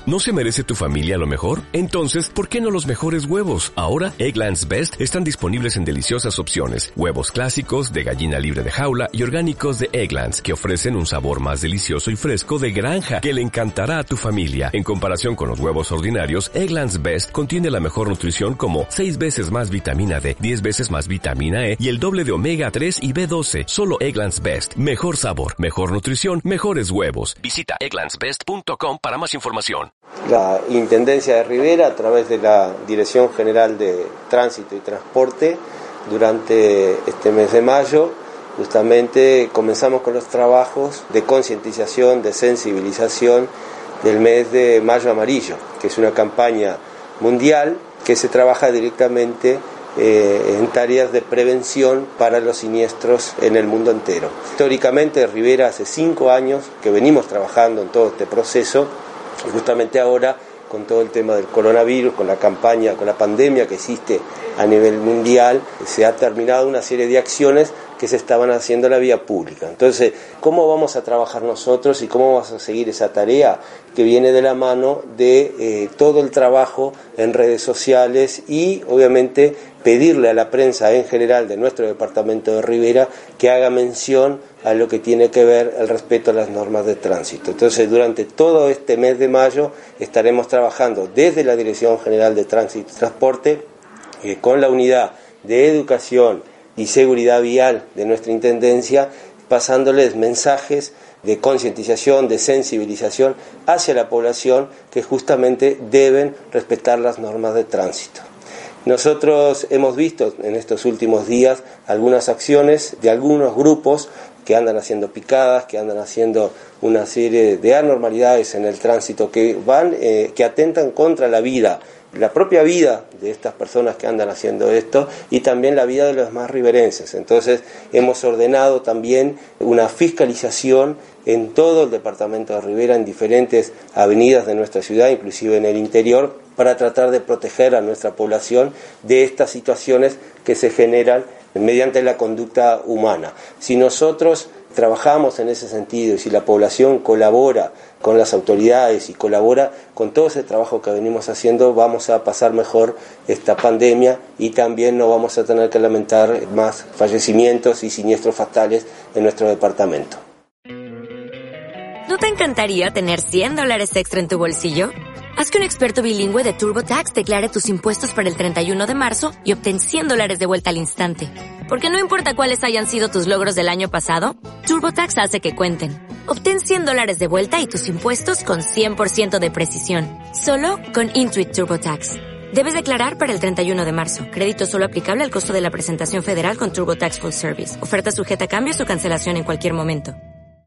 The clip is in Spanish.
¿No se merece tu familia lo mejor? Entonces, ¿por qué no los mejores huevos? Ahora, Eggland's Best están disponibles en deliciosas opciones. Huevos clásicos, de gallina libre de jaula y orgánicos de Eggland's, que ofrecen un sabor más delicioso y fresco de granja, que le encantará a tu familia. En comparación con los huevos ordinarios, Eggland's Best contiene la mejor nutrición como 6 veces más vitamina D, 10 veces más vitamina E y el doble de omega 3 y B12. Solo Eggland's Best. Mejor sabor, mejor nutrición, mejores huevos. Visita egglandsbest.com para más información. La Intendencia de Rivera, a través de la Dirección General de Tránsito y Transporte, durante este mes de mayo, justamente comenzamos con los trabajos de concientización, de sensibilización del mes de Mayo Amarillo, que es una campaña mundial que se trabaja directamente en tareas de prevención para los siniestros en el mundo entero. Históricamente, Rivera hace 5 años que venimos trabajando en todo este proceso, y justamente ahora, con todo el tema del coronavirus, con la campaña, con la pandemia que existe a nivel mundial, se ha terminado una serie de acciones que se estaban haciendo en la vía pública. Entonces, ¿cómo vamos a trabajar nosotros y cómo vamos a seguir esa tarea que viene de la mano de todo el trabajo en redes sociales y, obviamente, pedirle a la prensa en general de nuestro departamento de Rivera que haga mención a lo que tiene que ver el respeto a las normas de tránsito? Entonces, durante todo este mes de mayo estaremos trabajando desde la Dirección General de Tránsito y Transporte con la Unidad de Educación y Seguridad Vial de nuestra Intendencia, pasándoles mensajes de concientización, de sensibilización hacia la población que justamente deben respetar las normas de tránsito. Nosotros hemos visto en estos últimos días algunas acciones de algunos grupos que andan haciendo picadas, que andan haciendo una serie de anormalidades en el tránsito que atentan contra la vida, la propia vida de estas personas que andan haciendo esto y también la vida de los más riverenses. Entonces hemos ordenado también una fiscalización en todo el departamento de Rivera, en diferentes avenidas de nuestra ciudad, inclusive en el interior, para tratar de proteger a nuestra población de estas situaciones que se generan mediante la conducta humana. Si nosotros trabajamos en ese sentido y si la población colabora con las autoridades y colabora con todo ese trabajo que venimos haciendo, vamos a pasar mejor esta pandemia y también no vamos a tener que lamentar más fallecimientos y siniestros fatales en nuestro departamento. ¿No te encantaría tener $100 extra en tu bolsillo? Haz que un experto bilingüe de TurboTax declare tus impuestos para el 31 de marzo y obtén $100 de vuelta al instante. Porque no importa cuáles hayan sido tus logros del año pasado, TurboTax hace que cuenten. Obtén $100 de vuelta y tus impuestos con 100% de precisión. Solo con Intuit TurboTax. Debes declarar para el 31 de marzo. Crédito solo aplicable al costo de la presentación federal con TurboTax Full Service. Oferta sujeta a cambios o cancelación en cualquier momento.